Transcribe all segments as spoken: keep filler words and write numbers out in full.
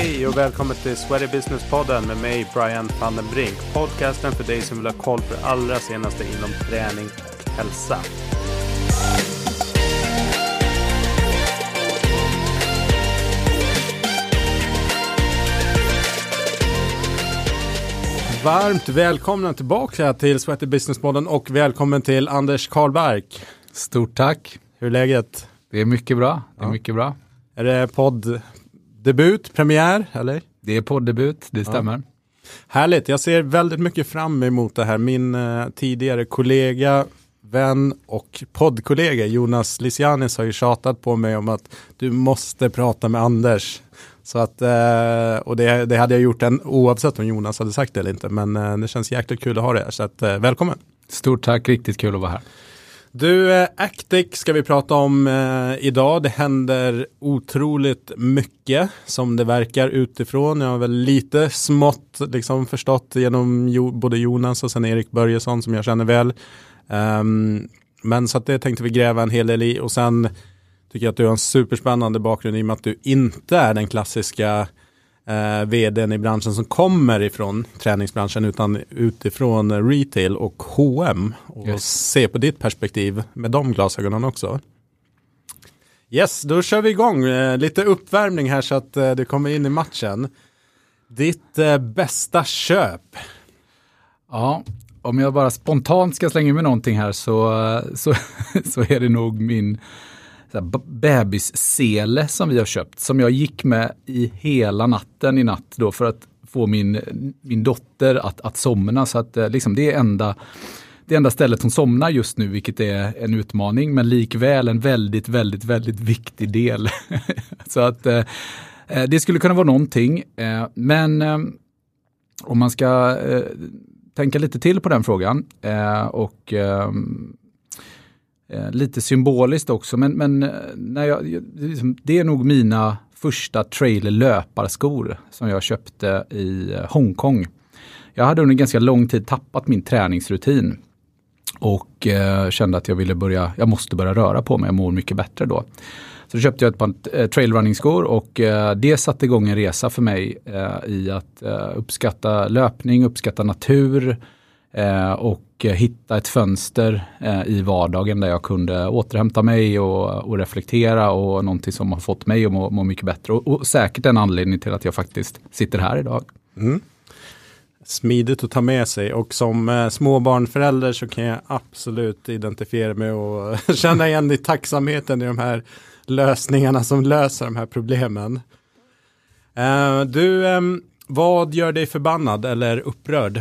Hej och välkommen till Sweaty Business-podden med mig Brian van den Brink. Podcasten för dig som vill ha koll på det allra senaste inom träning och hälsa. Varmt välkomna tillbaka till Sweaty Business-podden och välkommen till Anders Karlberg. Stort tack. Hur är läget? Det är mycket bra. Det är ja. mycket bra. Är det podddebut, premiär eller? Det är podddebut, det stämmer. Ja. Härligt, jag ser väldigt mycket fram emot det här. Min eh, tidigare kollega, vän och poddkollega Jonas Lisianis har ju tjatat på mig om att du måste prata med Anders. Så att, eh, och det, det hade jag gjort en, oavsett om Jonas hade sagt det eller inte. Men eh, det känns jäkligt kul att ha det här, så att, eh, välkommen. Stort tack, riktigt kul att vara här. Du, eh, Actic ska vi prata om eh, idag. Det händer otroligt mycket som det verkar utifrån. Jag har väl lite smått liksom förstått genom jo, både Jonas och sen Erik Börjesson som jag känner väl. Um, men så att det tänkte vi gräva en hel del i. Och sen tycker jag att du har en superspännande bakgrund i och med att du inte är den klassiska eh, vdn i branschen som kommer ifrån träningsbranschen utan utifrån retail och H och M. Och yes. Se på ditt perspektiv med de glasögonen också. Yes, då kör vi igång. Eh, lite uppvärmning här så att eh, du kommer in i matchen. Ditt eh, bästa köp? Ja, om jag bara spontant ska slänga med någonting här så, så, så är det nog min bebissele som vi har köpt. Som jag gick med i hela natten i natt då för att få min, min dotter att, att somna. Så att liksom, det är enda, det enda stället hon somnar just nu, vilket är en utmaning. Men likväl en väldigt, väldigt, väldigt viktig del. Så att eh, det skulle kunna vara någonting. Eh, men eh, om man ska eh, tänka lite till på den frågan eh, och eh, Eh, lite symboliskt också, men, men när jag, liksom, det är nog mina första trailer löparskor som jag köpte i Hongkong. Jag hade under ganska lång tid tappat min träningsrutin och eh, kände att jag ville börja, jag måste börja röra på mig, jag mår mycket bättre då. Så då köpte jag ett par eh, trailrunning-skor och eh, det satte igång en resa för mig eh, i att eh, uppskatta löpning, uppskatta natur eh, och hitta ett fönster eh, i vardagen där jag kunde återhämta mig och, och reflektera och någonting som har fått mig att må, må mycket bättre. Och, och säkert en anledning till att jag faktiskt sitter här idag. Mm. Smidigt att ta med sig och som eh, småbarnförälder så kan jag absolut identifiera mig och känna igen i tacksamheten i de här lösningarna som löser de här problemen. Eh, du, eh, vad gör dig förbannad eller upprörd?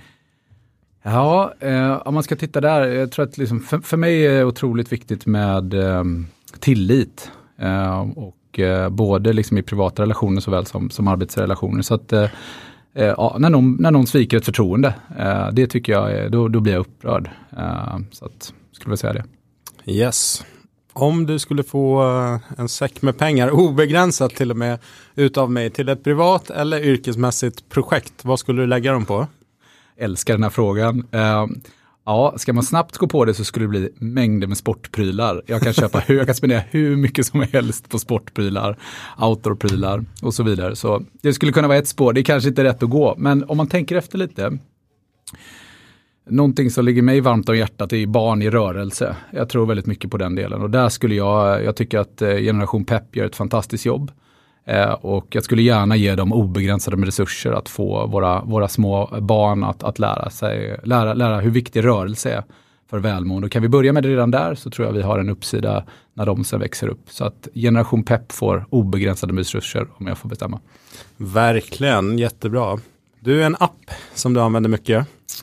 Ja, eh, om man ska titta där, jag tror att liksom, för, för mig är det otroligt viktigt med eh, tillit. Eh, och eh, både liksom i privata relationer såväl som, som arbetsrelationer. Så att eh, ja, när, någon, när någon sviker ett förtroende, eh, det tycker jag, är, då, då blir jag upprörd. Eh, så att, skulle jag säga det. Yes. Om du skulle få en säck med pengar, obegränsat till och med, utav mig till ett privat eller yrkesmässigt projekt, vad skulle du lägga dem på? Älskar den här frågan. Uh, ja, ska man snabbt gå på det så skulle det bli mängder med sportprylar. Jag kan köpa hur, jag kan spendera hur mycket som helst på sportprylar, outdoorprylar och så vidare. Så det skulle kunna vara ett spår. Det är kanske inte rätt att gå, men om man tänker efter lite. Någonting som ligger mig varmt om hjärtat är barn i rörelse. Jag tror väldigt mycket på den delen och där skulle jag, jag tycker att Generation Pep gör ett fantastiskt jobb. Eh, och jag skulle gärna ge dem obegränsade med resurser att få våra, våra små barn att, att lära sig, lära, lära hur viktig rörelse är för välmående. Och kan vi börja med det redan där så tror jag vi har en uppsida när de sen växer upp. Så att Generation Pep får obegränsade med resurser om jag får bestämma. Verkligen, jättebra. Du är en app som du använder mycket.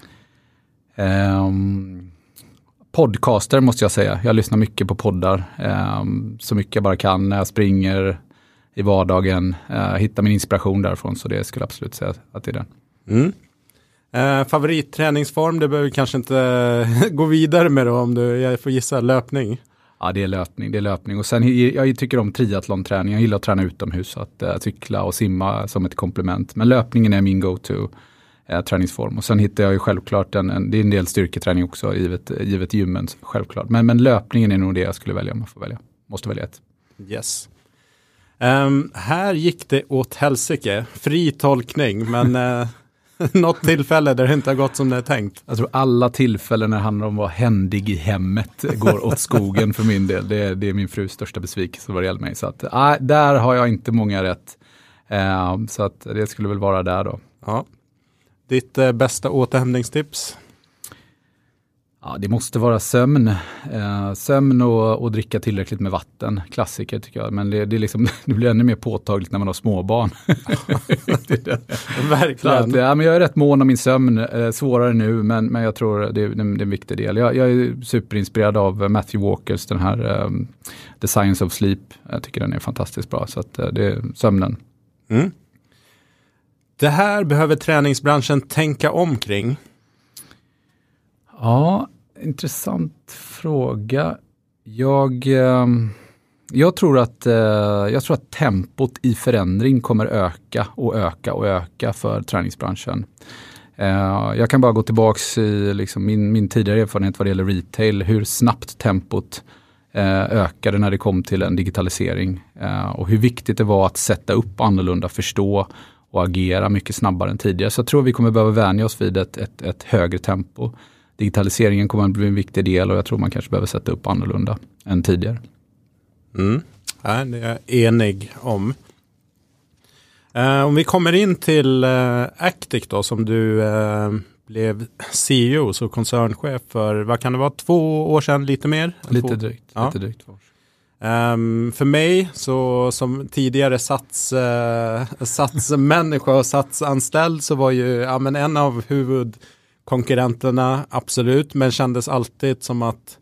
Um, podcaster måste jag säga. Jag lyssnar mycket på poddar. Um, så mycket jag bara kan när jag springer i vardagen, uh, hitta min inspiration därifrån, så det skulle jag absolut säga att det är den. Mm. Uh, favoritträningsform, det behöver kanske inte gå vidare med då, om du, jag får gissa, löpning. Ja, det är löpning, det är löpning. Och sen, jag tycker om triathlonträning, jag gillar att träna utomhus, så att uh, cykla och simma som ett komplement. Men löpningen är min go-to uh, träningsform. Och sen hittar jag ju självklart, en, en, det är en del styrketräning också, givet, givet gymmen, självklart. Men, men löpningen är nog det jag skulle välja om jag får välja. Måste välja ett. Yes. Um, här gick det åt helsike. Fri tolkning, men uh, något tillfälle där det inte har gått som det är tänkt. Jag tror alla tillfällen när det handlar om att vara händig i hemmet går åt skogen för min del. Det är, det är min frus största besvikelse vad det gäller mig. Så att, uh, där har jag inte många rätt. Uh, så att det skulle väl vara där då. Ja. Ditt uh, bästa återhämtningstips? Ja, det måste vara sömn. Eh, sömn och, och dricka tillräckligt med vatten. Klassiker tycker jag. Men det, det, är liksom, det blir ännu mer påtagligt när man har småbarn. Verkligen. Att, ja, men jag är rätt mån om min sömn. Eh, svårare nu, men, men jag tror det, det, det är en viktig del. Jag, jag är superinspirerad av Matthew Walkers, den här um, The Science of Sleep. Jag tycker den är fantastiskt bra. Så att, uh, det är sömnen. Mm. Det här behöver träningsbranschen tänka omkring. Ja, intressant fråga. Jag, eh, jag, tror att, eh, jag tror att tempot i förändring kommer öka och öka och öka för träningsbranschen. Eh, jag kan bara gå tillbaka i liksom min, min tidigare erfarenhet vad det gäller retail. Hur snabbt tempot eh, ökade när det kom till en digitalisering. Eh, och hur viktigt det var att sätta upp annorlunda, förstå och agera mycket snabbare än tidigare. Så jag tror vi kommer behöva vänja oss vid ett, ett, ett högre tempo. Digitaliseringen kommer att bli en viktig del och jag tror man kanske behöver sätta upp annorlunda än tidigare. Mm. Ja, det är jag enig om. Uh, om vi kommer in till uh, Actic då, som du uh, blev C E O, så koncernchef för, vad kan det vara, två år sedan, lite mer? Lite två? drygt. Ja. Lite drygt två år. Um, för mig, så som tidigare sats, uh, satsmänniska och satsanställd, så var ju ja, men en av huvud konkurrenterna, absolut, men kändes alltid som att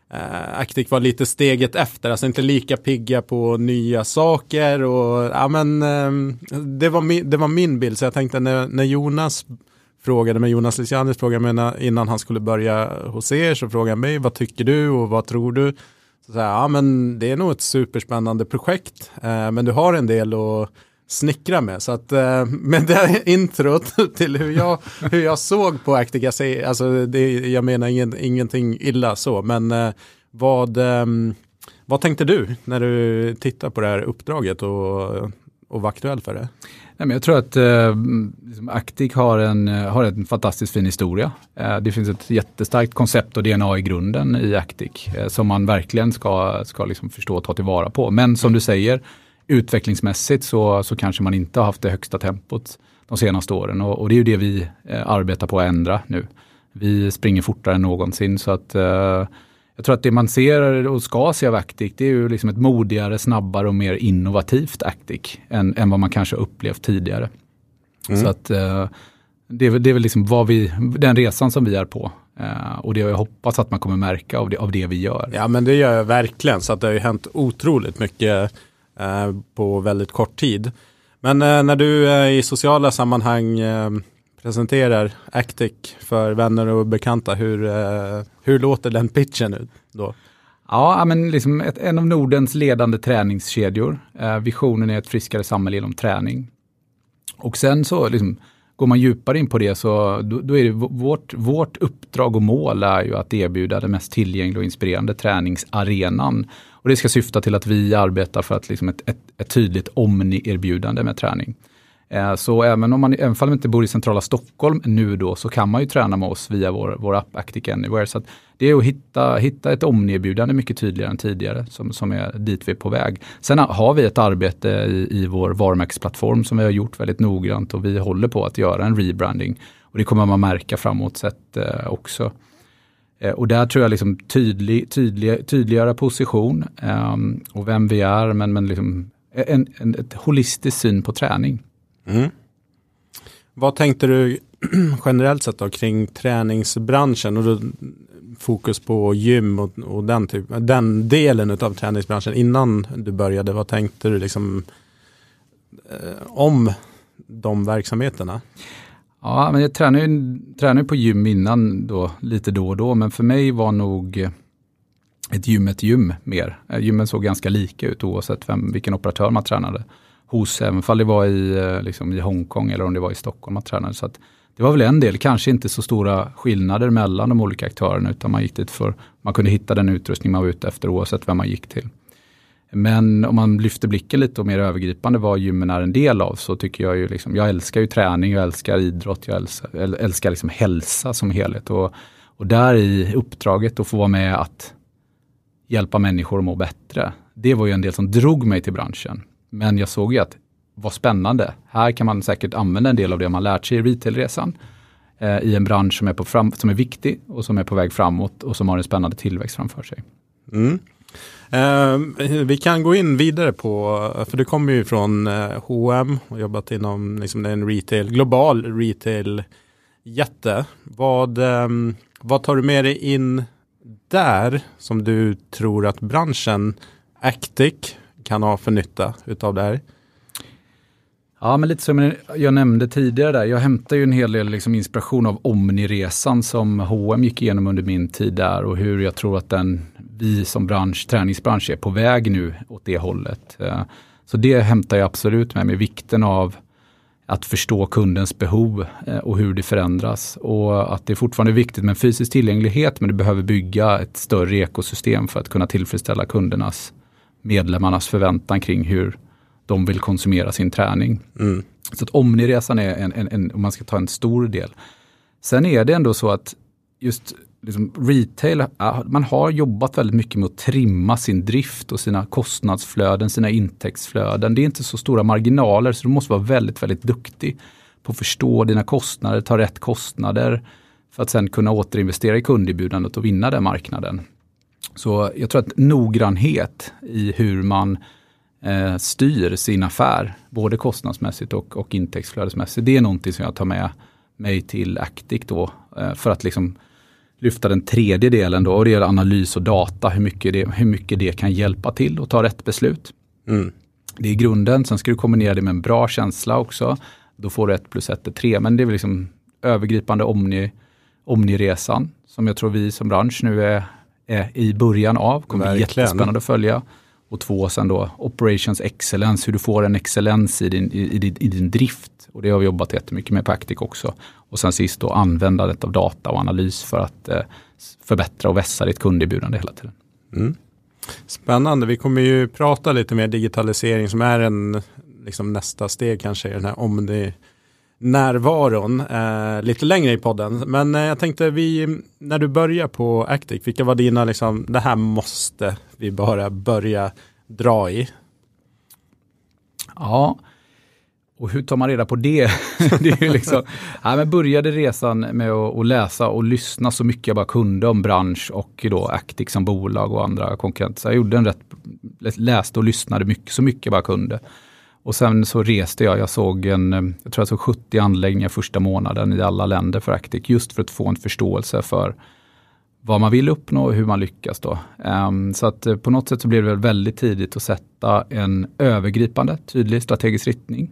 eh, Actic var lite steget efter, alltså inte lika pigga på nya saker och ja men eh, det, var min, det var min bild, så jag tänkte när, när Jonas frågade mig, Jonas Lisianis frågade mig innan han skulle börja hos er, så frågade han mig, vad tycker du och vad tror du? Så sa jag, ja men det är nog ett superspännande projekt, eh, men du har en del att snickra med, så att eh, med det introt till hur jag, hur jag såg på Actic, jag, säger, alltså det, jag menar ingen, ingenting illa så, men eh, vad, eh, vad tänkte du när du tittar på det här uppdraget och, och var aktuell för det? Nej, men jag tror att eh, Actic har en, har en fantastiskt fin historia. Eh, det finns ett jättestarkt koncept och D N A i grunden i Actic eh, som man verkligen ska, ska liksom förstå och ta tillvara på. Men som du säger, utvecklingsmässigt så, så kanske man inte har haft det högsta tempot de senaste åren. Och, och det är ju det vi eh, arbetar på att ändra nu. Vi springer fortare än någonsin, så att eh, jag tror att det man ser och ska se av Actic, det är ju liksom ett modigare, snabbare och mer innovativt Actic än, än vad man kanske upplevt tidigare. Mm. Så att eh, det är, det är väl liksom vad vi, den resan som vi är på. Uh, och det jag hoppas att man kommer märka av det, av det vi gör. Ja, men det gör jag verkligen, så att det har ju hänt otroligt mycket uh, på väldigt kort tid. Men uh, när du uh, i sociala sammanhang uh, presenterar Actic för vänner och bekanta, hur, uh, hur låter den pitchen ut då? Ja, men liksom ett, en av Nordens ledande träningskedjor. Uh, visionen är ett friskare samhälle genom träning. Och sen så liksom går man djupare in på det, så då, då är det vårt, vårt uppdrag och mål är ju att erbjuda den mest tillgängliga och inspirerande träningsarenan. Och det ska syfta till att vi arbetar för att liksom ett, ett, ett tydligt omni-erbjudande med träning. Eh, så även om man, även om man inte bor i centrala Stockholm nu då, så kan man ju träna med oss via vår, vår app Actic Anywhere. Så att det är att hitta, hitta ett omni-erbjudande mycket tydligare än tidigare som, som är dit vi är på väg. Sen har vi ett arbete i, i vår varumärkesplattform som vi har gjort väldigt noggrant, och vi håller på att göra en rebranding. Och det kommer man märka framåt sett eh, också. Eh, och där tror jag liksom tydlig, tydlig, tydligare position eh, och vem vi är, men, men liksom en, en ett holistisk syn på träning. Mm. Vad tänkte du generellt sett då kring träningsbranschen och då fokus på gym och, och den, typ, den delen av träningsbranschen innan du började? Vad tänkte du liksom eh, om de verksamheterna? Ja, men jag tränade ju, tränade ju på gym innan då, lite då och då, men för mig var nog ett gym ett gym mer. Gymmen såg ganska lika ut oavsett vem, vilken operatör man tränade hos, även om det var i, liksom, i Hongkong eller om det var i Stockholm man tränade. Så att det var väl en del, kanske inte så stora skillnader mellan de olika aktörerna, utan man gick dit för, man kunde hitta den utrustning man var ute efter oavsett vem man gick till. Men om man lyfter blicken lite och mer övergripande vad gymmen är en del av, så tycker jag ju liksom, jag älskar ju träning, jag älskar idrott, jag älskar, älskar liksom hälsa som helhet. Och, och där i uppdraget att få vara med att hjälpa människor att må bättre. Det var ju en del som drog mig till branschen. Men jag såg ju att vad spännande. Här kan man säkert använda en del av det man lärt sig i retailresan eh, i en bransch som är, på fram, som är viktig och som är på väg framåt och som har en spännande tillväxt framför sig. Mm. Eh, vi kan gå in vidare på, för du kommer ju från eh, H och M och jobbat inom liksom, en retail, global retail-jätte. Vad, eh, vad tar du med dig in där som du tror att branschen Actic kan ha för nytta utav det här? Ja, men lite som jag nämnde tidigare där. Jag hämtar ju en hel del liksom inspiration av Omniresan som H och M gick igenom under min tid där och hur jag tror att den, vi som bransch, träningsbransch är på väg nu åt det hållet. Så det hämtar jag absolut med mig, vikten av att förstå kundens behov och hur det förändras. Och att det är fortfarande viktigt med fysisk tillgänglighet, men det behöver bygga ett större ekosystem för att kunna tillfredsställa kundernas, medlemmarnas förväntan kring hur de vill konsumera sin träning. Mm. Så att Omniresan är en, en, en, om man ska ta en stor del. Sen är det ändå så att just liksom retail, man har jobbat väldigt mycket med att trimma sin drift och sina kostnadsflöden, sina intäktsflöden. Det är inte så stora marginaler, så du måste vara väldigt, väldigt duktig på att förstå dina kostnader, ta rätt kostnader för att sen kunna återinvestera i kunderbjudandet och vinna den marknaden. Så jag tror att noggrannhet i hur man eh, styr sin affär, både kostnadsmässigt och, och intäktsflödesmässigt, det är någonting som jag tar med mig till Actic då, eh, för att liksom lyfta den tredje delen då, och det är analys och data, hur mycket det, hur mycket det kan hjälpa till att ta rätt beslut. Mm. Det är grunden, sen ska du kombinera det med en bra känsla också, då får du ett plus ett är tre, men det är väl liksom övergripande omni, omniresan som jag tror vi som bransch nu är, är i början av, kommer bli jättespännande att följa. Och två, sen då operations excellence, hur du får en excellens i din, i, i, i din drift. Och det har vi jobbat jättemycket med på Actic också. Och sen sist då användandet av data och analys för att eh, förbättra och vässa ditt kunderbjudande hela tiden. Mm. Spännande, vi kommer ju prata lite mer digitalisering som är en liksom nästa steg kanske i den här omni närvaron eh, lite längre i podden. Men eh, jag tänkte, vi, när du börjar på Actic, vilka var dina liksom, det här måste vi bara börja dra i? Ja, och hur tar man reda på det? det är ju liksom, ja, men började resan med att, att läsa och lyssna så mycket jag bara kunde om bransch och då Actic som bolag och andra konkurrenter. Så jag gjorde en rätt, läste och lyssnade mycket, så mycket jag bara kunde. Och sen så reste jag, jag såg en, jag tror jag såg sjuttio anläggningar första månaden i alla länder för Actic, just för att få en förståelse för vad man vill uppnå och hur man lyckas då. Um, så att på något sätt så blev det väl väldigt tidigt att sätta en övergripande, tydlig strategisk riktning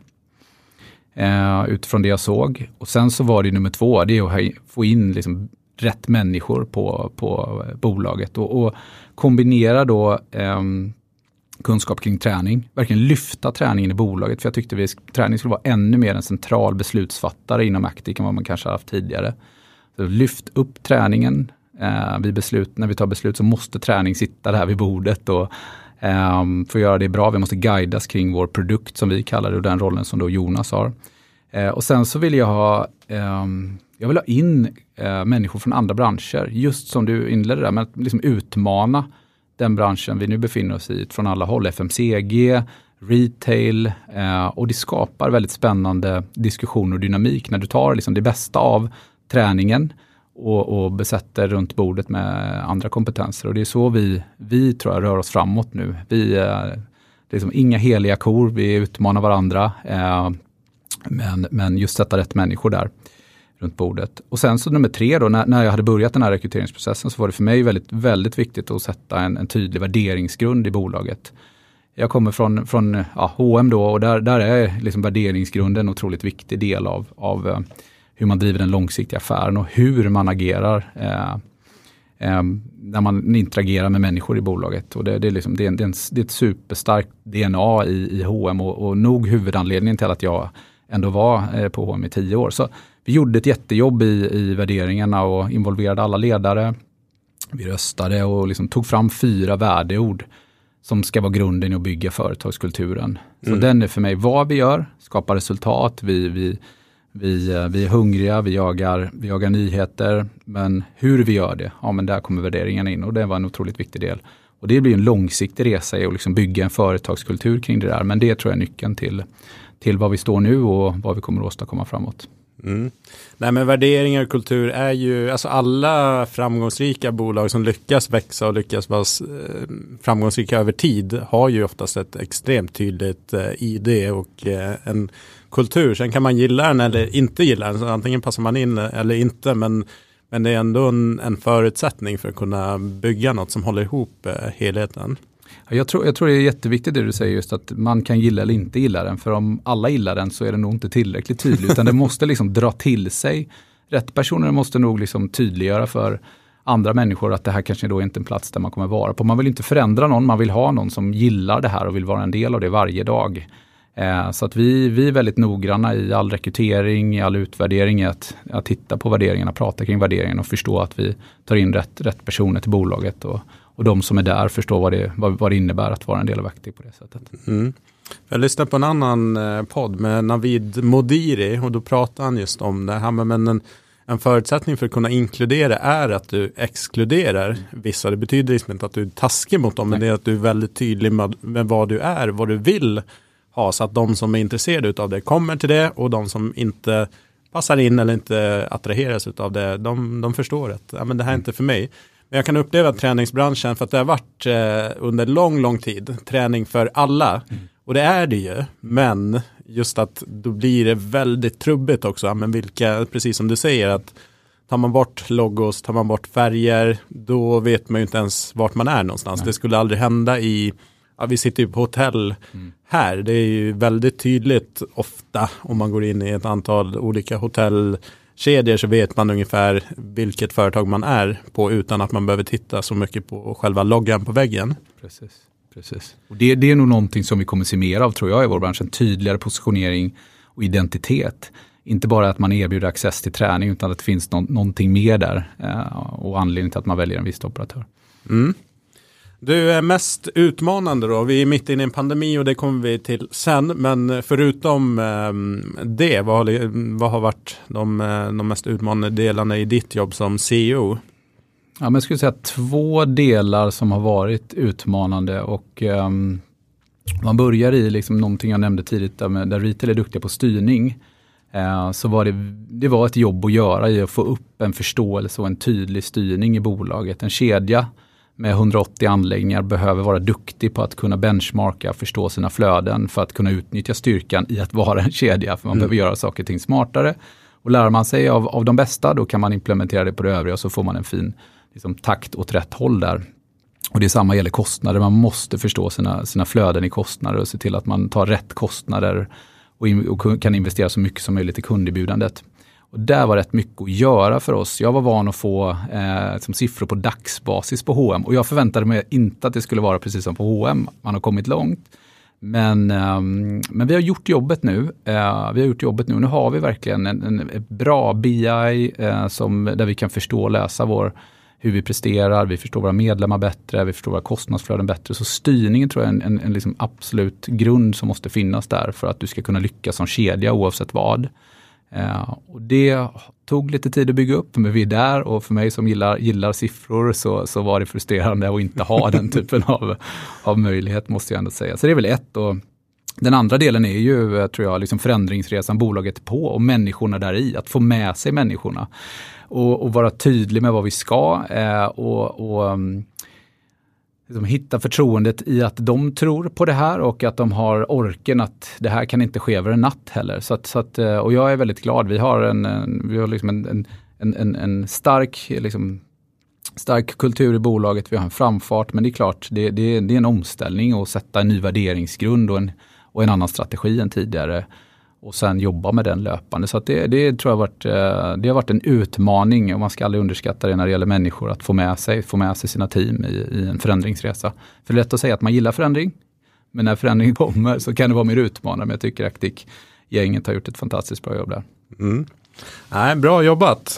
uh, utifrån det jag såg. Och sen så var det nummer två, det är att få in liksom rätt människor på, på bolaget och, och kombinera då um, kunskap kring träning, verkligen lyfta träningen i bolaget, för jag tyckte vi, träning skulle vara ännu mer en central beslutsfattare inom Actic än vad man kanske har haft tidigare. Så lyft upp träningen, eh, vid beslut, när vi tar beslut så måste träning sitta där vid bordet och eh, för att göra det bra, vi måste guidas kring vår produkt som vi kallar det och den rollen som då Jonas har. Eh, och sen så vill jag ha eh, jag vill ha in eh, människor från andra branscher, just som du inledde där, men att liksom utmana den branschen vi nu befinner oss i från alla håll, F M C G, retail eh, och det skapar väldigt spännande diskussioner och dynamik när du tar liksom det bästa av träningen och, och besätter runt bordet med andra kompetenser, och det är så vi, vi tror jag rör oss framåt nu. Vi är eh, liksom inga heliga kor, vi utmanar varandra eh, men, men just sätta rätt människor där runt bordet. Och sen så nummer tre då, när, när jag hade börjat den här rekryteringsprocessen så var det för mig väldigt, väldigt viktigt att sätta en, en tydlig värderingsgrund i bolaget. Jag kommer från, från ja, H och M då, och där, där är liksom värderingsgrunden en otroligt viktig del av, av uh, hur man driver den långsiktiga affären och hur man agerar uh, uh, när man interagerar med människor i bolaget. Och det, det, är, liksom, det, är, en, det, är, en, det är ett superstarkt D N A i, i H och M och, och nog huvudanledningen till att jag ändå var uh, på H och M i tio år. Så vi gjorde ett jättejobb i, i värderingarna och involverade alla ledare. Vi röstade och liksom tog fram fyra värdeord som ska vara grunden i att bygga företagskulturen. Så Mm. den är för mig vad vi gör, skapar resultat, vi, vi, vi, vi är hungriga, vi jagar, vi jagar nyheter, men hur vi gör det, ja men där kommer värderingarna in och det var en otroligt viktig del. Och det blir en långsiktig resa i att liksom bygga en företagskultur kring det där, men det tror jag är nyckeln till, till vad vi står nu och vad vi kommer att åstadkomma framåt. Mm. Nej, men värderingar och kultur är ju, alltså alla framgångsrika bolag som lyckas växa och lyckas vara eh, framgångsrika över tid har ju oftast ett extremt tydligt eh, I D och eh, en kultur. Sen kan man gilla den eller inte gilla den, så antingen passar man in eller inte, men, men det är ändå en, en förutsättning för att kunna bygga något som håller ihop eh, helheten. Jag tror, jag tror det är jätteviktigt det du säger, just att man kan gilla eller inte gilla den. För om alla gillar den så är det nog inte tillräckligt tydligt. Utan det måste liksom dra till sig. Rätt personer måste nog liksom tydliggöra för andra människor att det här kanske då inte är en plats där man kommer vara på. Man vill inte förändra någon, man vill ha någon som gillar det här och vill vara en del av det varje dag. Eh, så att vi, vi är väldigt noggranna i all rekrytering, i all utvärdering, att, att titta på värderingarna, prata kring värderingarna och förstå att vi tar in rätt, rätt personer till bolaget och Och de som är där förstår vad det, vad, vad det innebär att vara en del av Actic på det sättet. Mm. Jag lyssnade på en annan eh, podd med Navid Modiri och då pratade han just om det här. Men en, en förutsättning för att kunna inkludera är att du exkluderar vissa. Det betyder liksom inte att du är taskig mot dem, Nej. men det är att du är väldigt tydlig med, med vad du är, vad du vill ha. Så att de som är intresserade av det kommer till det och de som inte passar in eller inte attraheras av det, de, de förstår att ja, men det här är inte för mig. Men jag kan uppleva träningsbranschen, för att det har varit eh, under lång, lång tid träning för alla. Mm. Och det är det ju. Men just att då blir det väldigt trubbigt också. Men vilka, precis som du säger, att tar man bort logos, tar man bort färger, då vet man ju inte ens vart man är någonstans. Nej. Det skulle aldrig hända i, ja, vi sitter ju på hotell mm. här. Det är ju väldigt tydligt ofta om man går in i ett antal olika hotell kedjor, så vet man ungefär vilket företag man är på utan att man behöver titta så mycket på själva loggan på väggen. Precis, precis. Och det, det är nog någonting som vi kommer se mer av, tror jag, i vår bransch. En tydligare positionering och identitet. Inte bara att man erbjuder access till träning, utan att det finns no- någonting mer där eh, och anledning till att man väljer en viss operatör. Mm. Du är mest utmanande då. Vi är mitt inne i en pandemi och det kommer vi till sen. Men förutom eh, det, vad har, vad har varit de, de mest utmanande delarna i ditt jobb som C E O? Ja, men jag skulle säga två delar som har varit utmanande. Och eh, man börjar i liksom någonting jag nämnde tidigt där, med, där retail är duktiga på styrning. Eh, så var det, det var ett jobb att göra i att få upp en förståelse och en tydlig styrning i bolaget. En kedja med hundraåttio anläggningar behöver vara duktig på att kunna benchmarka, förstå sina flöden för att kunna utnyttja styrkan i att vara en kedja. För man mm. behöver göra saker och ting smartare. Och lär man sig av, av de bästa, då kan man implementera det på det övriga och så får man en fin liksom, takt åt rätt håll där. Och det är samma gäller kostnader. Man måste förstå sina, sina flöden i kostnader och se till att man tar rätt kostnader och, in, och kan investera så mycket som möjligt i kunderbjudandet. Och där var rätt mycket att göra för oss. Jag var van att få eh, som siffror på dagsbasis på H och M. Och jag förväntade mig inte att det skulle vara precis som på H och M. Man har kommit långt. Men, eh, men vi har gjort jobbet nu. Eh, vi har gjort jobbet nu. Nu har vi verkligen en, en, en bra B I eh, som, där vi kan förstå och läsa vår, hur vi presterar. Vi förstår våra medlemmar bättre. Vi förstår våra kostnadsflöden bättre. Så styrningen tror jag är en, en, en liksom absolut grund som måste finnas där för att du ska kunna lyckas som kedja oavsett vad. Uh, och det tog lite tid att bygga upp, men vi är där, och för mig som gillar, gillar siffror så, så var det frustrerande att inte ha den typen av, av möjlighet, måste jag ändå säga. Så det är väl ett. Och den andra delen är ju, tror jag, liksom förändringsresan bolaget på och människorna där i, att få med sig människorna och, och vara tydlig med vad vi ska uh, och, och um, liksom hitta förtroendet i att de tror på det här och att de har orken att det här kan inte ske över en natt heller. Så att, så att, och jag är väldigt glad. Vi har en, en, vi har liksom en, en, en, en stark, liksom, stark kultur i bolaget. Vi har en framfart, men det är klart, det, det, det är en omställning att sätta en ny värderingsgrund och en, och en annan strategi än tidigare. Och sen jobba med den löpande. Så att det, det tror jag varit, det har varit en utmaning, och man ska aldrig underskatta det när det gäller människor, att få med sig, få med sig sina team i, i en förändringsresa. För det är lätt att säga att man gillar förändring, men när förändringen kommer så kan det vara mer utmanande. Men jag tycker Actic-gänget har gjort ett fantastiskt bra jobb där. Mm. Nej, bra jobbat.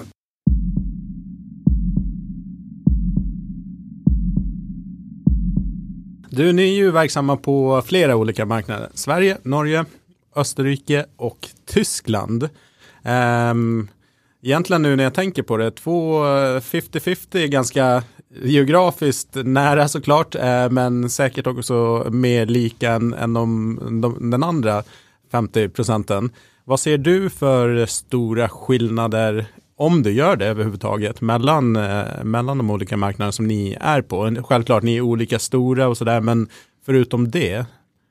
Du, ni är ju verksamma på flera olika marknader. Sverige, Norge, Österrike och Tyskland. Um, egentligen nu när jag tänker på det, två femtio femtio är ganska geografiskt nära såklart, uh, men säkert också mer lika än, än de, de, den andra femtio procenten. Vad ser du för stora skillnader, om du gör det överhuvudtaget, mellan, uh, mellan de olika marknaderna som ni är på? Självklart, ni är olika stora och sådär, men förutom det?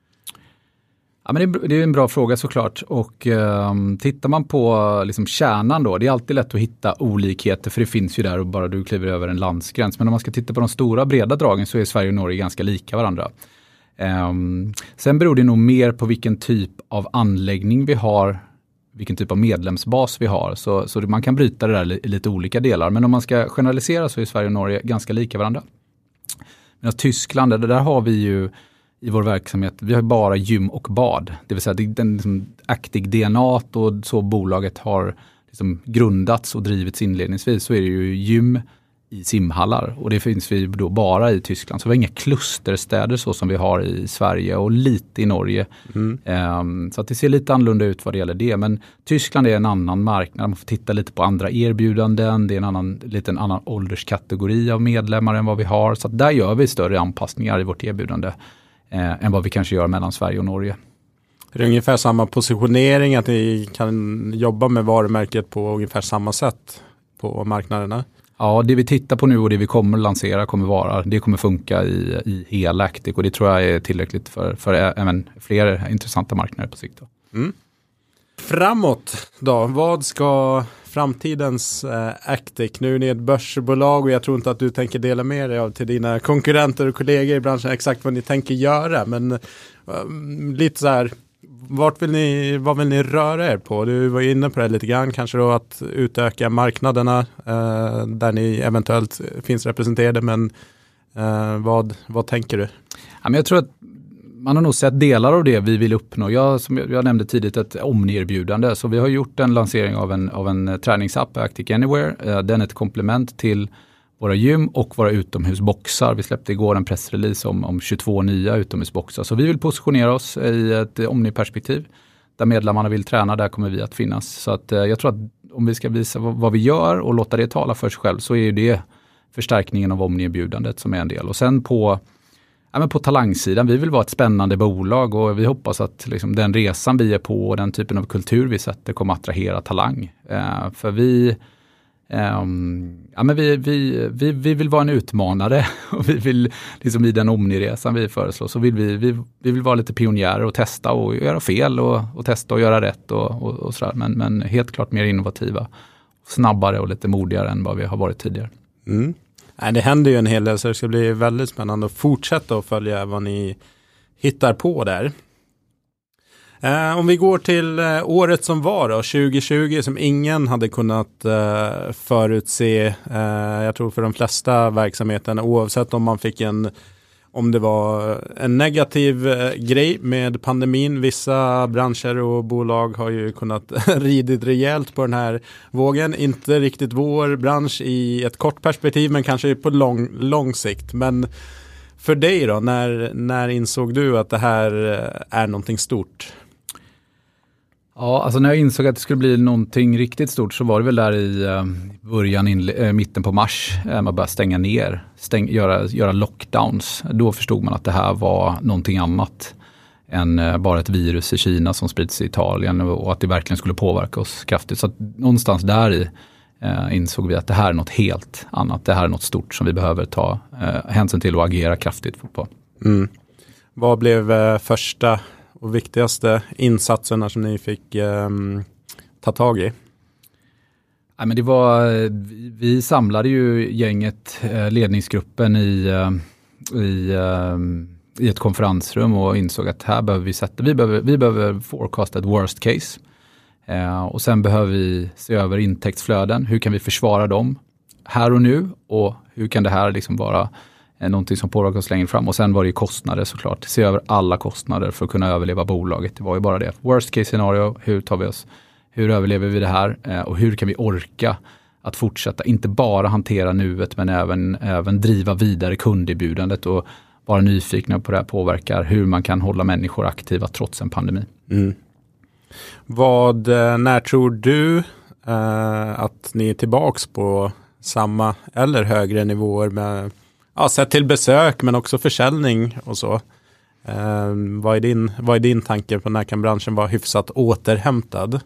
Ja, men det, är, det är en bra fråga såklart, och eh, tittar man på liksom kärnan då, det är alltid lätt att hitta olikheter, för det finns ju där och bara du kliver över en landsgräns, men om man ska titta på de stora breda dragen så är Sverige och Norge ganska lika varandra. Eh, sen beror det nog mer på vilken typ av anläggning vi har, vilken typ av medlemsbas vi har, så, så man kan bryta det där i lite olika delar, men om man ska generalisera så är Sverige och Norge ganska lika varandra. Men Tyskland, det där har vi ju i vår verksamhet, vi har bara gym och bad. Det vill säga den liksom, Actic D N A och så bolaget har liksom grundats och drivits inledningsvis, så är det ju gym i simhallar. Och det finns vi då bara i Tyskland. Så vi har inga klusterstäder så som vi har i Sverige och lite i Norge. Mm. Um, så att det ser lite annorlunda ut vad det gäller det. Men Tyskland är en annan marknad. Man får titta lite på andra erbjudanden. Det är en annan, lite en annan ålderskategori av medlemmar än vad vi har. Så att där gör vi större anpassningar i vårt erbjudande Eh, än vad vi kanske gör mellan Sverige och Norge. Är det ungefär samma positionering, att ni kan jobba med varumärket på ungefär samma sätt på marknaderna? Ja, det vi tittar på nu och det vi kommer lansera kommer vara, det kommer funka i, i hela Actic, och det tror jag är tillräckligt för, för även fler intressanta marknader på sikt. Mm. Framåt då, vad ska framtidens eh, Actic, nu är ni ett börsbolag och jag tror inte att du tänker dela med dig av till dina konkurrenter och kollegor i branschen exakt vad ni tänker göra, men eh, lite så här, vart vill ni, vad vill ni röra er på? Du var inne på det lite grann, kanske då att utöka marknaderna eh, där ni eventuellt finns representerade, men eh, vad, vad tänker du? Ja, men jag tror att man har nog sett delar av det vi vill uppnå. Jag, som jag nämnde tidigt, ett omni-erbjudande. Så vi har gjort en lansering av en, av en träningsapp, Actic Anywhere. Den är ett komplement till våra gym och våra utomhusboxar. Vi släppte igår en pressrelease om, om tjugotvå nya utomhusboxar. Så vi vill positionera oss i ett omni-perspektiv. Där medlemmarna vill träna, där kommer vi att finnas. Så att, jag tror att om vi ska visa vad, vad vi gör och låta det tala för sig själv, så är det förstärkningen av omni-erbjudandet som är en del. Och sen på Ja, men på talangsidan, vi vill vara ett spännande bolag och vi hoppas att liksom, den resan vi är på och den typen av kultur vi sätter kommer att attrahera talang. Eh, för vi, eh, ja, men vi, vi, vi, vi vill vara en utmanare och vi vill liksom, i den omniresan vi föreslår så vill vi, vi, vi vill vara lite pionjärer och testa och göra fel och, och testa och göra rätt och, och, och sådär. Men, men helt klart mer innovativa, snabbare och lite modigare än vad vi har varit tidigare. Mm. Nej, det händer ju en hel del, så det ska bli väldigt spännande att fortsätta att följa vad ni hittar på där. Eh, om vi går till eh, året som var då, tjugo tjugo, som ingen hade kunnat eh, förutse. Eh, jag tror för de flesta verksamheterna, oavsett om man fick en, om det var en negativ eh, grej med pandemin. Vissa branscher och bolag har ju kunnat ridit rejält på den här vågen. Inte riktigt vår bransch i ett kort perspektiv, men kanske på lång, lång sikt. Men för dig då, när, när insåg du att det här är någonting stort? Ja, alltså när jag insåg att det skulle bli någonting riktigt stort så var det väl där i uh, början, in, uh, mitten på mars. Uh, man började stänga ner, stäng, göra, göra lockdowns. Då förstod man att det här var någonting annat än uh, bara ett virus i Kina som sprids i Italien och, och att det verkligen skulle påverka oss kraftigt. Så att någonstans där i uh, insåg vi att det här är något helt annat. Det här är något stort som vi behöver ta uh, hänsyn till och agera kraftigt på. Mm. Vad blev uh, första och viktigaste insatserna som ni fick eh, ta tag i? Ja, men det var, vi, vi samlade ju gänget, eh, ledningsgruppen i, eh, i, eh, i ett konferensrum och insåg att här behöver vi sätta, vi behöver, vi behöver forecasta ett worst case. Eh, och sen behöver vi se över intäktsflöden. Hur kan vi försvara dem här och nu? Och hur kan det här liksom vara någonting som påverkar oss längre fram? Och sen var det ju kostnader såklart. Se över alla kostnader för att kunna överleva bolaget. Det var ju bara det. Worst case scenario, hur tar vi oss? Hur överlever vi det här? Eh, och hur kan vi orka att fortsätta, inte bara hantera nuet men även, även driva vidare kunderbjudandet och vara nyfikna på det här påverkar, hur man kan hålla människor aktiva trots en pandemi. Mm. Vad, när tror du eh, att ni är tillbaks på samma eller högre nivåer med, ja, sett till besök men också försäljning och så? Eh, vad, är din, vad är din tanke på när kan branschen vara hyfsat återhämtad?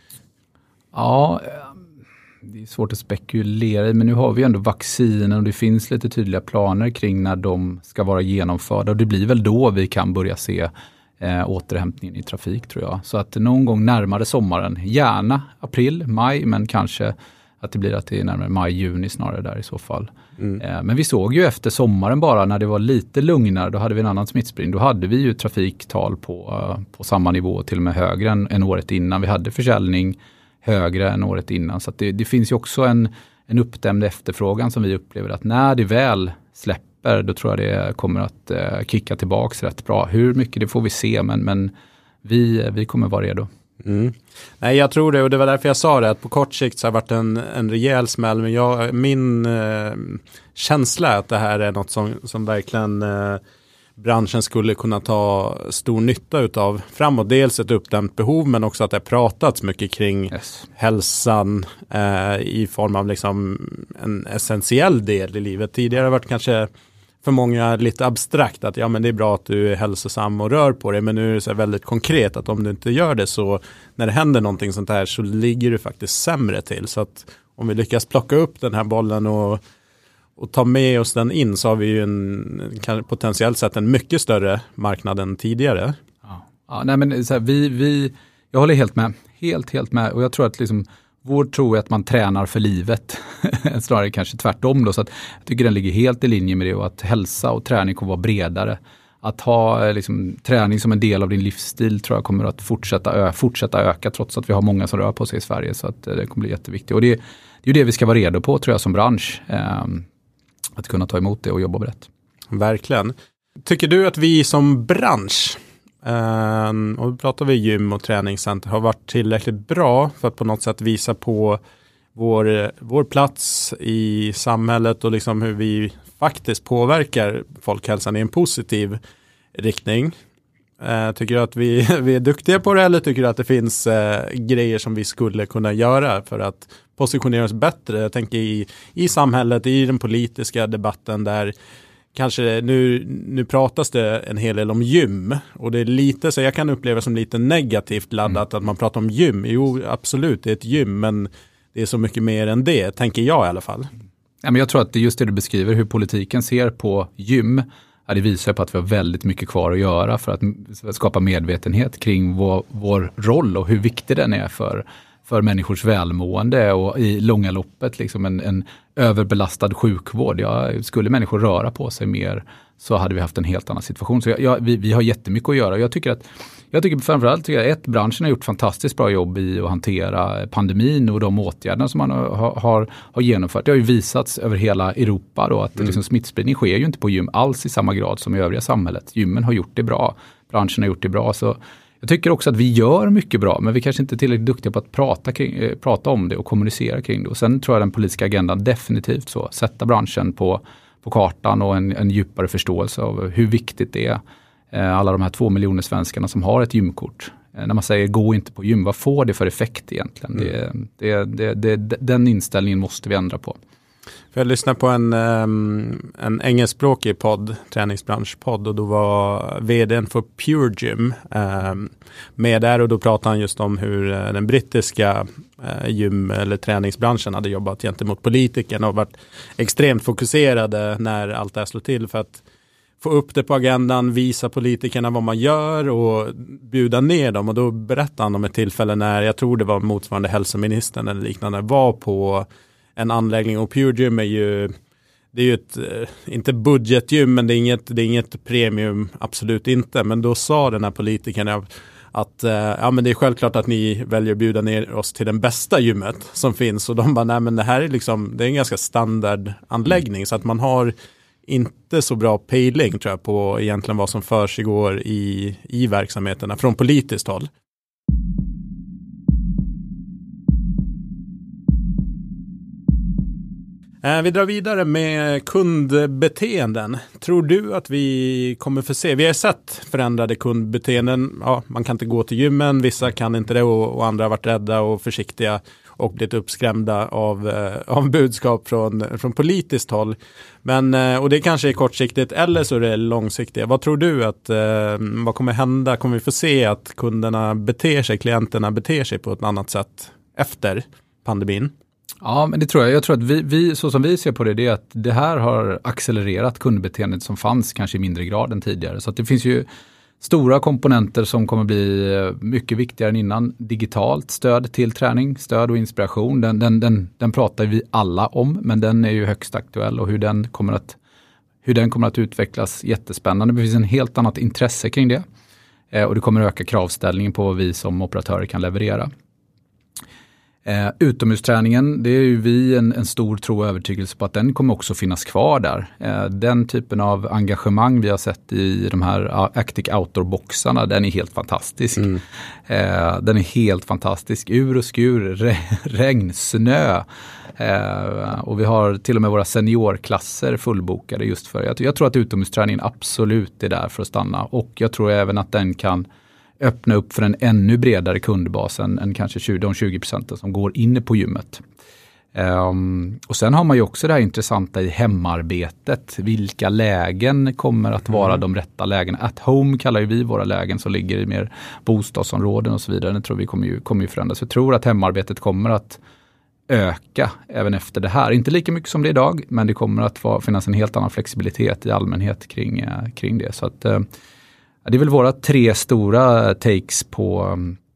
Ja, det är svårt att spekulera i, men nu har vi ändå vaccinen och det finns lite tydliga planer kring när de ska vara genomförda och det blir väl då vi kan börja se eh, återhämtningen i trafik tror jag. Så att någon gång närmare sommaren, gärna april, maj, men kanske att det blir att det är närmare maj, juni snarare där i så fall. Mm. Eh, men vi såg ju efter sommaren bara när det var lite lugnare, då hade vi en annan smittspridning. Då hade vi ju trafiktal på, uh, på samma nivå, till och med högre än, än året innan. Vi hade försäljning högre än året innan. Så att det, det finns ju också en, en uppdämd efterfrågan som vi upplever att när det väl släpper, då tror jag det kommer att uh, kicka tillbaks rätt bra. Hur mycket det får vi se, men, men vi, vi kommer vara redo. Mm. Nej, jag tror det, och det var därför jag sa det, att på kort sikt så har det varit en, en rejäl smäll, men jag, min eh, känsla är att det här är något som, som verkligen eh, branschen skulle kunna ta stor nytta utav framåt. Dels ett uppdämt behov, men också att det har pratats mycket kring yes. hälsan eh, i form av liksom en essentiell del i livet. Tidigare har det varit kanske för många lite abstrakt att ja, men det är bra att du är hälsosam och rör på dig, men nu är det så väldigt konkret att om du inte gör det, så när det händer någonting sånt här så ligger du faktiskt sämre till. Så att om vi lyckas plocka upp den här bollen och, och ta med oss den in, så har vi ju en, kan, potentiellt sett en mycket större marknad än tidigare. Ja, ja nej men så här, vi, vi, jag håller helt med, helt, helt med, och jag tror att liksom vår tro är att man tränar för livet, snarare kanske tvärtom då, så att jag tycker den ligger helt i linje med det, och att hälsa och träning kommer vara bredare. Att ha liksom, träning som en del av din livsstil tror jag kommer att fortsätta, ö- fortsätta öka, trots att vi har många som rör på sig i Sverige, så att det kommer bli jätteviktigt. Och det, det är ju det vi ska vara redo på tror jag som bransch, eh, att kunna ta emot det och jobba brett. Verkligen. Tycker du att vi som bransch, Uh, och då pratar vi gym och träningscenter, har varit tillräckligt bra för att på något sätt visa på vår, vår plats i samhället och liksom hur vi faktiskt påverkar folkhälsan i en positiv riktning? Uh, tycker du att vi, vi är duktiga på det, eller tycker du att det finns uh, grejer som vi skulle kunna göra för att positionera oss bättre? Jag tänker i, i samhället, i den politiska debatten där kanske nu, nu pratas det en hel del om gym, och det är lite så jag kan uppleva som lite negativt laddat mm. att man pratar om gym. Jo, absolut, det är ett gym, men det är så mycket mer än det, tänker jag i alla fall. Ja, men jag tror att det är just det du beskriver, hur politiken ser på gym. Ja, det visar på att vi har väldigt mycket kvar att göra för att skapa medvetenhet kring vår, vår roll och hur viktig den är för för människors välmående, och i långa loppet liksom en, en överbelastad sjukvård. Ja, skulle människor röra på sig mer, så hade vi haft en helt annan situation. Så jag, jag, vi, vi har jättemycket att göra. Jag tycker att jag tycker framförallt tycker jag, ett, branschen har gjort fantastiskt bra jobb i att hantera pandemin och de åtgärderna som man har, har, har genomfört. Det har ju visats över hela Europa då, att mm. liksom, smittspridning sker ju inte på gym alls i samma grad som i övriga samhället. Gymmen har gjort det bra. Branschen har gjort det bra. Så jag tycker också att vi gör mycket bra, men vi kanske inte är tillräckligt duktiga på att prata, kring, eh, prata om det och kommunicera kring det. Och sen tror jag den politiska agendan definitivt så. Sätta branschen på, på kartan och en, en djupare förståelse av hur viktigt det är. Eh, alla de här två miljoner svenskarna som har ett gymkort. Eh, när man säger gå inte på gym, vad får det för effekt egentligen? Mm. Det, det, det, det, den inställningen måste vi ändra på. För jag lyssnade på en, um, en engelskspråkig podd, träningsbranschpodd, och då var vdn för Pure Gym um, med där, och då pratade han just om hur uh, den brittiska uh, gym- eller träningsbranschen hade jobbat gentemot politikerna och varit extremt fokuserade när allt det här slår till för att få upp det på agendan, visa politikerna vad man gör och bjuda ner dem. Och då berättade han om ett tillfälle när, jag tror det var motsvarande hälsoministern eller liknande, var på en anläggning, och Pure Gym är ju, det är ju ett, inte budgetgym, men det är inget, det är inget premium, absolut inte. Men då sa den här politikern att ja, men det är självklart att ni väljer att bjuda ner oss till den bästa gymmet som finns. Och de bara, nej men det här är liksom, det är en ganska standard anläggning, så att man har inte så bra pejling tror jag på egentligen vad som försiggår i, i verksamheterna från politiskt håll. Vi drar vidare med kundbeteenden. Tror du att vi kommer få se? Vi har sett förändrade kundbeteenden. Ja, man kan inte gå till gymmen, vissa kan inte det och, och andra har varit rädda och försiktiga och blivit uppskrämda av, eh, av budskap från, från politiskt håll. Men, eh, och det kanske är kortsiktigt eller så är det långsiktigt. Vad tror du att eh, vad kommer hända? Kommer vi få se att kunderna beter sig, klienterna beter sig på ett annat sätt efter pandemin? Ja, men det tror jag. Jag tror att vi, vi, så som vi ser på det, det är att det här har accelererat kundbeteendet som fanns kanske i mindre grad än tidigare. Så att det finns ju stora komponenter som kommer bli mycket viktigare än innan. Digitalt stöd till träning, stöd och inspiration. Den, den, den, den pratar vi alla om, men den är ju högst aktuell och hur den kommer att, hur den kommer att utvecklas jättespännande. Det finns en helt annat intresse kring det. Eh, och det kommer öka kravställningen på vad vi som operatörer kan leverera. Eh, utomhusträningen, det är ju vi en, en stor tro och övertygelse på att den kommer också finnas kvar där. Eh, den typen av engagemang vi har sett i de här Actic Outdoor-boxarna, den är helt fantastisk. Mm. Eh, den är helt fantastisk. Ur och skur, re- regn, snö. Eh, och vi har till och med våra seniorklasser fullbokade just för. Jag, jag tror att utomhusträningen absolut är där för att stanna. Och jag tror även att den kan öppna upp för en ännu bredare kundbas än, än kanske tjugo, de tjugo procent som går in på gymmet. Um, och sen har man ju också det här intressanta i hemarbetet. Vilka lägen kommer att vara mm. de rätta lägena? At home kallar ju vi våra lägen som ligger i mer bostadsområden och så vidare. Det tror vi kommer ju, kommer ju förändras. Så jag tror att hemarbetet kommer att öka även efter det här. Inte lika mycket som det är idag, men det kommer att vara, finnas en helt annan flexibilitet i allmänhet kring, kring det. Så att uh, det är väl våra tre stora takes på,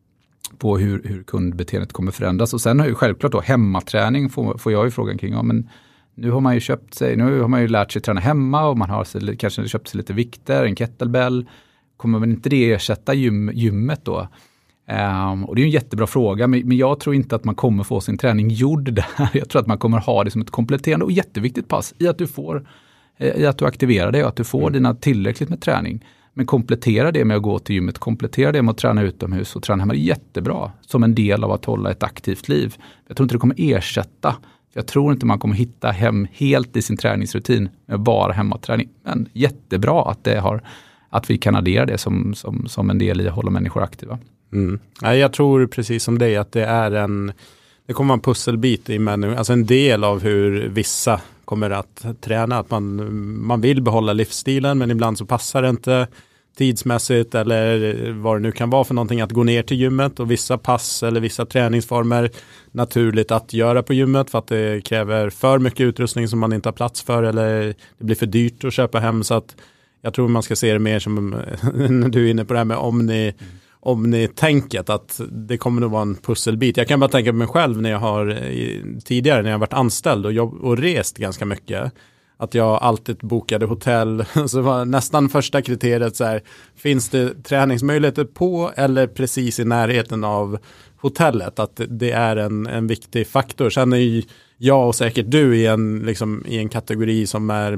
på hur, hur kundbeteendet kommer förändras. Och sen har ju självklart då hemmaträning får, får jag ju frågan kring. Ja, men nu har man ju köpt sig, nu har man ju lärt sig träna hemma och man har sig, kanske köpt sig lite vikter, en kettlebell. Kommer man inte det ersätta gym, gymmet då? Um, och det är ju en jättebra fråga, men, men jag tror inte att man kommer få sin träning gjord där. Jag tror att man kommer ha det som ett kompletterande och jätteviktigt pass i att du får, i att du aktiverar det och att du får mm. dina tillräckligt med träning. Men komplettera det med att gå till gymmet, komplettera det med att träna utomhus och träna hemma. Det är jättebra som en del av att hålla ett aktivt liv. Jag tror inte det kommer ersätta. Jag tror inte man kommer hitta hem helt i sin träningsrutin med bara hemmaträning. Men jättebra att, det har, att vi kan addera det som, som, som en del i att hålla människor aktiva. Mm. Jag tror precis som dig att det är en, det kommer vara en pusselbit i människor. Alltså en del av hur vissa kommer att träna, att man, man vill behålla livsstilen men ibland så passar det inte tidsmässigt eller vad det nu kan vara för någonting att gå ner till gymmet och vissa pass eller vissa träningsformer naturligt att göra på gymmet för att det kräver för mycket utrustning som man inte har plats för eller det blir för dyrt att köpa hem så att jag tror man ska se det mer som när du är inne på det här med om ni mm. om ni tänket att det kommer nog vara en pusselbit. Jag kan bara tänka på mig själv när jag har tidigare när jag varit anställd och, jobb, och rest ganska mycket. Att jag alltid bokade hotell. Så var nästan första kriteriet så här, finns det träningsmöjligheter på eller precis i närheten av hotellet? Att det är en, en viktig faktor. Sen är ju jag och säkert du i en, liksom, i en kategori som är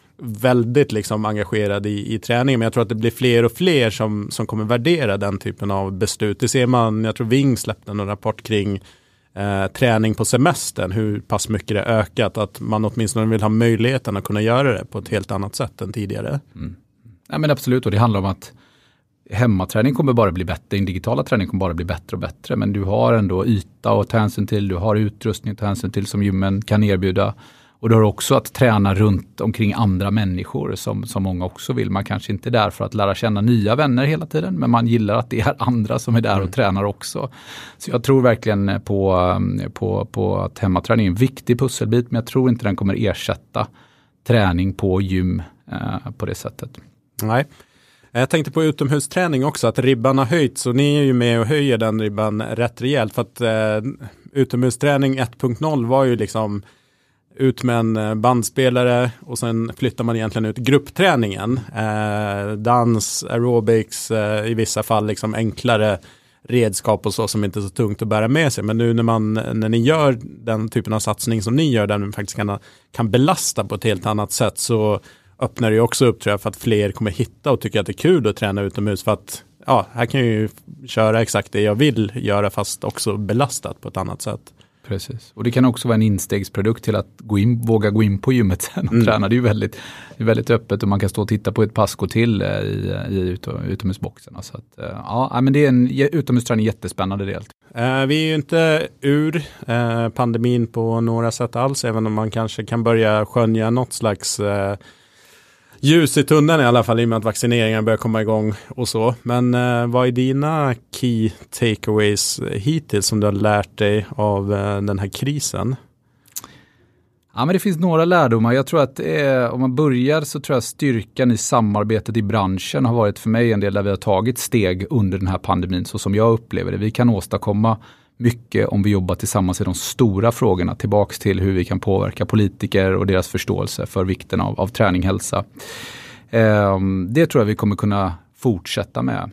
väldigt liksom engagerad i, i träning, men jag tror att det blir fler och fler som, som kommer värdera den typen av beslut. Det ser man, jag tror Ving släppte en rapport kring eh, träning på semestern, hur pass mycket det ökat, att man åtminstone vill ha möjligheten att kunna göra det på ett helt annat sätt än tidigare. Mm. Ja, men absolut, och det handlar om att hemmaträning kommer bara bli bättre, den digitala träning kommer bara bli bättre och bättre, men du har ändå yta att ta hänsyn till, du har utrustning att ta hänsyn till som gymmen kan erbjuda. Och du har också att träna runt omkring andra människor som, som många också vill. Man kanske inte är där för att lära känna nya vänner hela tiden, men man gillar att det är andra som är där och mm. tränar också. Så jag tror verkligen på, på, på att hemmaträning är en viktig pusselbit, men jag tror inte den kommer ersätta träning på gym eh, på det sättet. Nej. Jag tänkte på utomhusträning också, att ribban har höjts och ni är ju med och höjer den ribban rätt rejält för att eh, utomhusträning ett punkt noll var ju liksom ut med en bandspelare och sen flyttar man egentligen ut gruppträningen. Eh, dans, aerobics, eh, i vissa fall liksom enklare redskap och så som inte är så tungt att bära med sig. Men nu när, man, när ni gör den typen av satsning som ni gör där man faktiskt kan, kan belasta på ett helt annat sätt så öppnar det ju också upp tror jag för att fler kommer hitta och tycker att det är kul att träna utomhus för att ja, här kan jag ju köra exakt det jag vill göra fast också belastat på ett annat sätt. Precis. Och det kan också vara en instegsprodukt till att gå in, våga gå in på gymmet sen och mm. träna. Det är ju väldigt, det är väldigt öppet och man kan stå och titta på ett pass gå till i, i utom, utomhusboxarna. Så att, ja, men det är en utomhusträning jättespännande del. Eh, vi är ju inte ur eh, pandemin på några sätt alls, även om man kanske kan börja skönja något slags eh, ljus i tunneln i alla fall, i och med att vaccineringen börjar komma igång och så. Men eh, vad är dina key takeaways hittills som du har lärt dig av eh, den här krisen? Ja, men det finns några lärdomar. Jag tror att det är, om man börjar så tror jag styrkan i samarbetet i branschen har varit för mig en del där vi har tagit steg under den här pandemin så som jag upplever det. Vi kan åstadkomma mycket om vi jobbar tillsammans i de stora frågorna, tillbaks till hur vi kan påverka politiker och deras förståelse för vikten av, av träning, hälsa. Eh, det tror jag vi kommer kunna fortsätta med.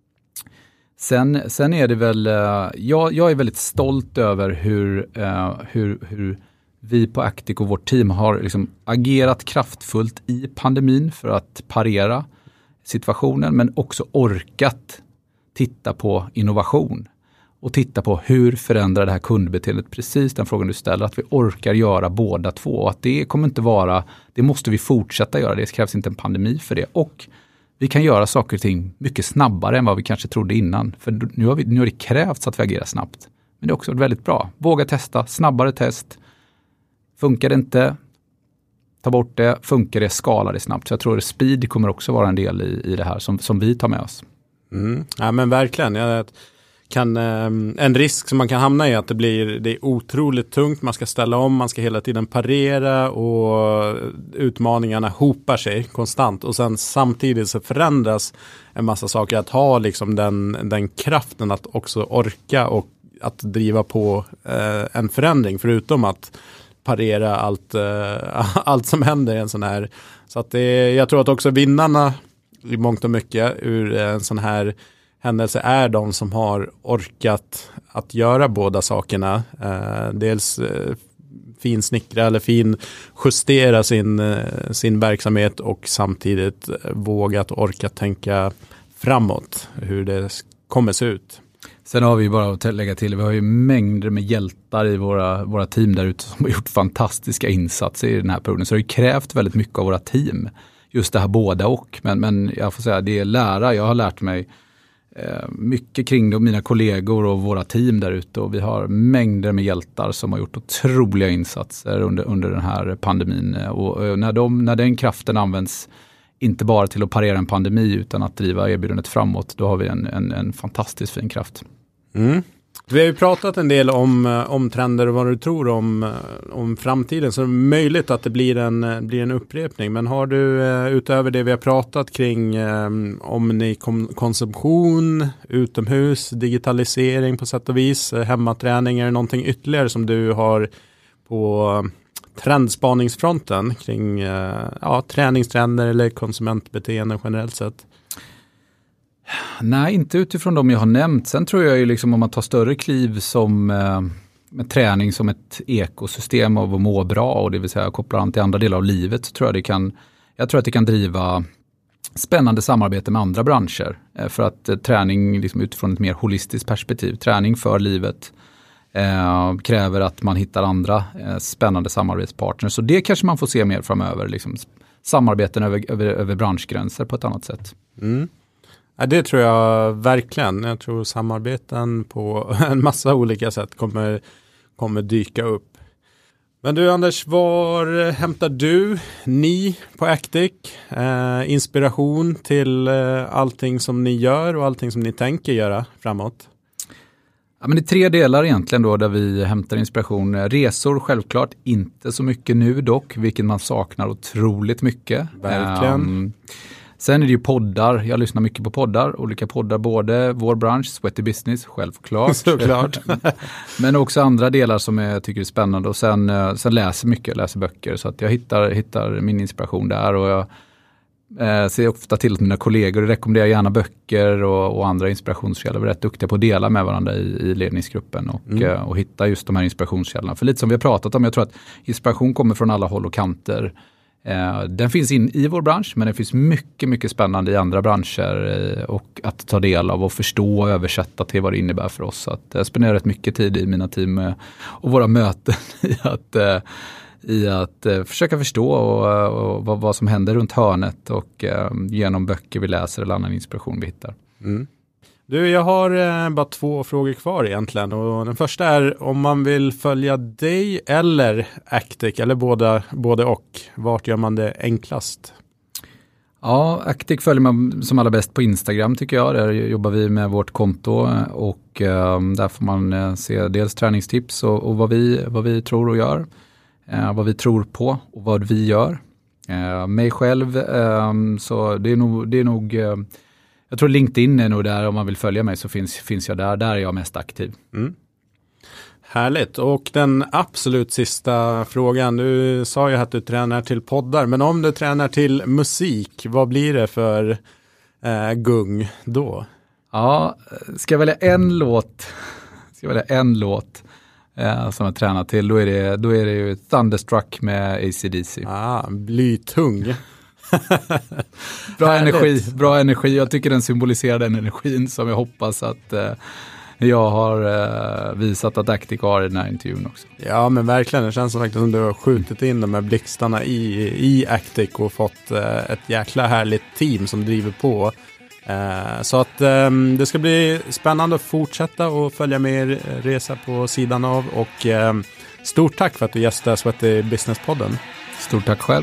Sen, sen är det väl, eh, jag, jag är väldigt stolt över hur, eh, hur, hur vi på Actic och vårt team har liksom agerat kraftfullt i pandemin för att parera situationen, men också orkat titta på innovation. Och titta på hur förändrar det här kundbeteendet, precis den frågan du ställer, att vi orkar göra båda två. Och att det kommer inte vara, det måste vi fortsätta göra, det krävs inte en pandemi för det. Och vi kan göra saker och ting mycket snabbare än vad vi kanske trodde innan. För nu har, vi, nu har det krävts att vi agerar snabbt. Men det är också väldigt bra. Våga testa, snabbare test. Funkar det inte, ta bort det. Funkar det, skala det snabbt. Så jag tror att speed kommer också vara en del i, i det här som, som vi tar med oss. Mm. Ja, men verkligen. Jag kan, en risk som man kan hamna i är att det blir det är otroligt tungt. Man ska ställa om, man ska hela tiden parera och utmaningarna hopar sig konstant. Och sen samtidigt så förändras en massa saker. Att ha liksom den, den kraften att också orka och att driva på eh, en förändring, förutom att parera allt, eh, allt som händer i en sån här. Så att det, jag tror att också vinnarna i mångt och mycket ur en sån här händelse är de som har orkat att göra båda sakerna. Eh, dels eh, finsnickra eller fin justera sin, eh, sin verksamhet och samtidigt vågat orka tänka framåt hur det kommer se ut. Sen har vi bara att lägga till, vi har ju mängder med hjältar i våra, våra team där ute som har gjort fantastiska insatser i den här perioden. Så det har ju krävt väldigt mycket av våra team. Just det här båda och. Men, men jag får säga, det är lära. Jag har lärt mig eh, mycket kring det, mina kollegor och våra team där ute. Och vi har mängder med hjältar som har gjort otroliga insatser under, under den här pandemin. Och, och när, de, när den kraften används inte bara till att parera en pandemi utan att driva erbjudandet framåt, då har vi en, en, en fantastiskt fin kraft. Mm. Vi har ju pratat en del om, om trender och vad du tror om, om framtiden, så det är möjligt att det blir en, blir en upprepning. Men har du utöver det vi har pratat kring omnikonsumtion, utomhus, digitalisering på sätt och vis, hemmaträning, är det någonting ytterligare som du har på trendspaningsfronten kring ja, träningstrender eller konsumentbeteende generellt sett? Nej, inte utifrån de jag har nämnt. Sen tror jag ju liksom om man tar större kliv som eh, med träning som ett ekosystem av att må bra, och det vill säga koppla an till andra delar av livet, så tror jag det kan, jag tror att det kan driva spännande samarbete med andra branscher. Eh, för att eh, träning liksom utifrån ett mer holistiskt perspektiv, träning för livet eh, kräver att man hittar andra eh, spännande samarbetspartners. Så det kanske man får se mer framöver, liksom samarbeten över, över, över branschgränser på ett annat sätt. Mm. Ja, det tror jag verkligen. Jag tror samarbeten på en massa olika sätt kommer, kommer dyka upp. Men du Anders, var hämtar du, ni på Actic, eh, inspiration till eh, allting som ni gör och allting som ni tänker göra framåt? Ja, men det är tre delar egentligen då där vi hämtar inspiration. Resor självklart, inte så mycket nu dock, vilket man saknar otroligt mycket. Verkligen. Um, Sen är det ju poddar. Jag lyssnar mycket på poddar. Olika poddar, både vår bransch, Sweaty Business, självklart. Såklart. Men också andra delar som jag tycker är spännande. Och sen, sen läser mycket, läser böcker. Så att jag hittar, hittar min inspiration där. Och jag eh, ser ofta till att mina kollegor rekommenderar gärna böcker och, och andra inspirationskällor. Vi är rätt duktiga på att dela med varandra i, i ledningsgruppen. Och, mm. eh, och hitta just de här inspirationskällorna. För lite som vi har pratat om, jag tror att inspiration kommer från alla håll och kanter. Eh, den finns in i vår bransch, men det finns mycket, mycket spännande i andra branscher eh, och att ta del av och förstå och översätta till vad det innebär för oss. Att jag spenderar rätt mycket tid i mina team eh, och våra möten i att, eh, i att eh, försöka förstå och, och vad, vad som händer runt hörnet och eh, genom böcker vi läser eller annan inspiration vi hittar. Mm. Du, jag har eh, bara två frågor kvar egentligen, och den första är om man vill följa dig eller Actic eller båda, både och, vart gör man det enklast? Ja, Actic följer man som allra bäst på Instagram tycker jag. Där jobbar vi med vårt konto och eh, där får man eh, se dels träningstips och, och vad, vi, vad vi tror och gör, eh, vad vi tror på och vad vi gör. Eh, mig själv, eh, så det är nog, det är nog eh, jag tror LinkedIn är nog där, om man vill följa mig så finns, finns jag där. Där är jag mest aktiv. Mm. Härligt. Och den absolut sista frågan. Du sa ju att du tränar till poddar. Men om du tränar till musik, vad blir det för eh, gung då? Ja, ska jag välja en låt, ska jag välja en låt eh, som jag tränar till, då är det, då är det ju Thunderstruck med A C D C. Ah, blytung. Bra energi, bra energi. Jag tycker den symboliserar den energin som jag hoppas att eh, jag har eh, visat att Actic har i den här intervjun också. Ja, men verkligen. Det känns som att du har skjutit in de här blixtarna i, i Actic och fått eh, ett jäkla härligt team som driver på. Eh, så att eh, det ska bli spännande att fortsätta och följa med er resa på sidan av. Och eh, stort tack för att du gästade Sweaty Business-podden. Stort tack själv.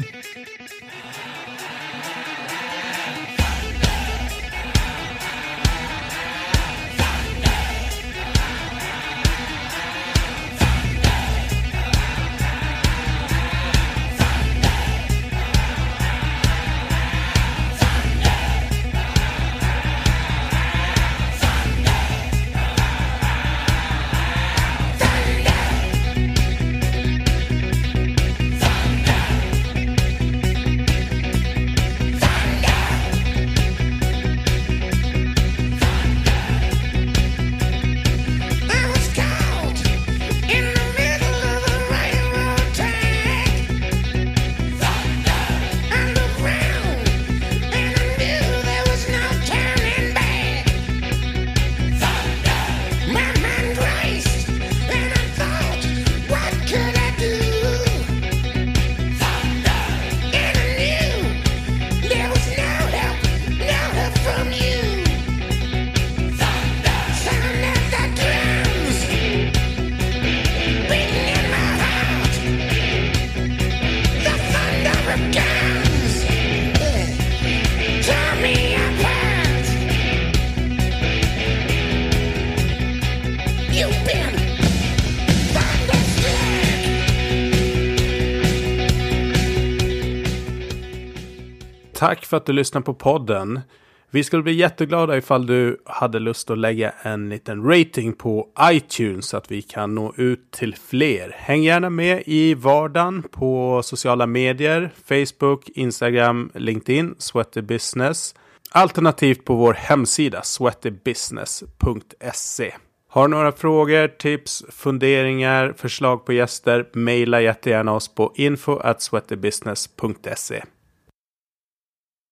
Tack för att du lyssnar på podden. Vi skulle bli jätteglada ifall du hade lust att lägga en liten rating på iTunes så att vi kan nå ut till fler. Häng gärna med i vardagen på sociala medier, Facebook, Instagram, LinkedIn, Sweaty Business. Alternativt på vår hemsida sweaty business punkt se. Har några frågor, tips, funderingar, förslag på gäster, mejla jättegärna oss på info at sweaty business punkt se.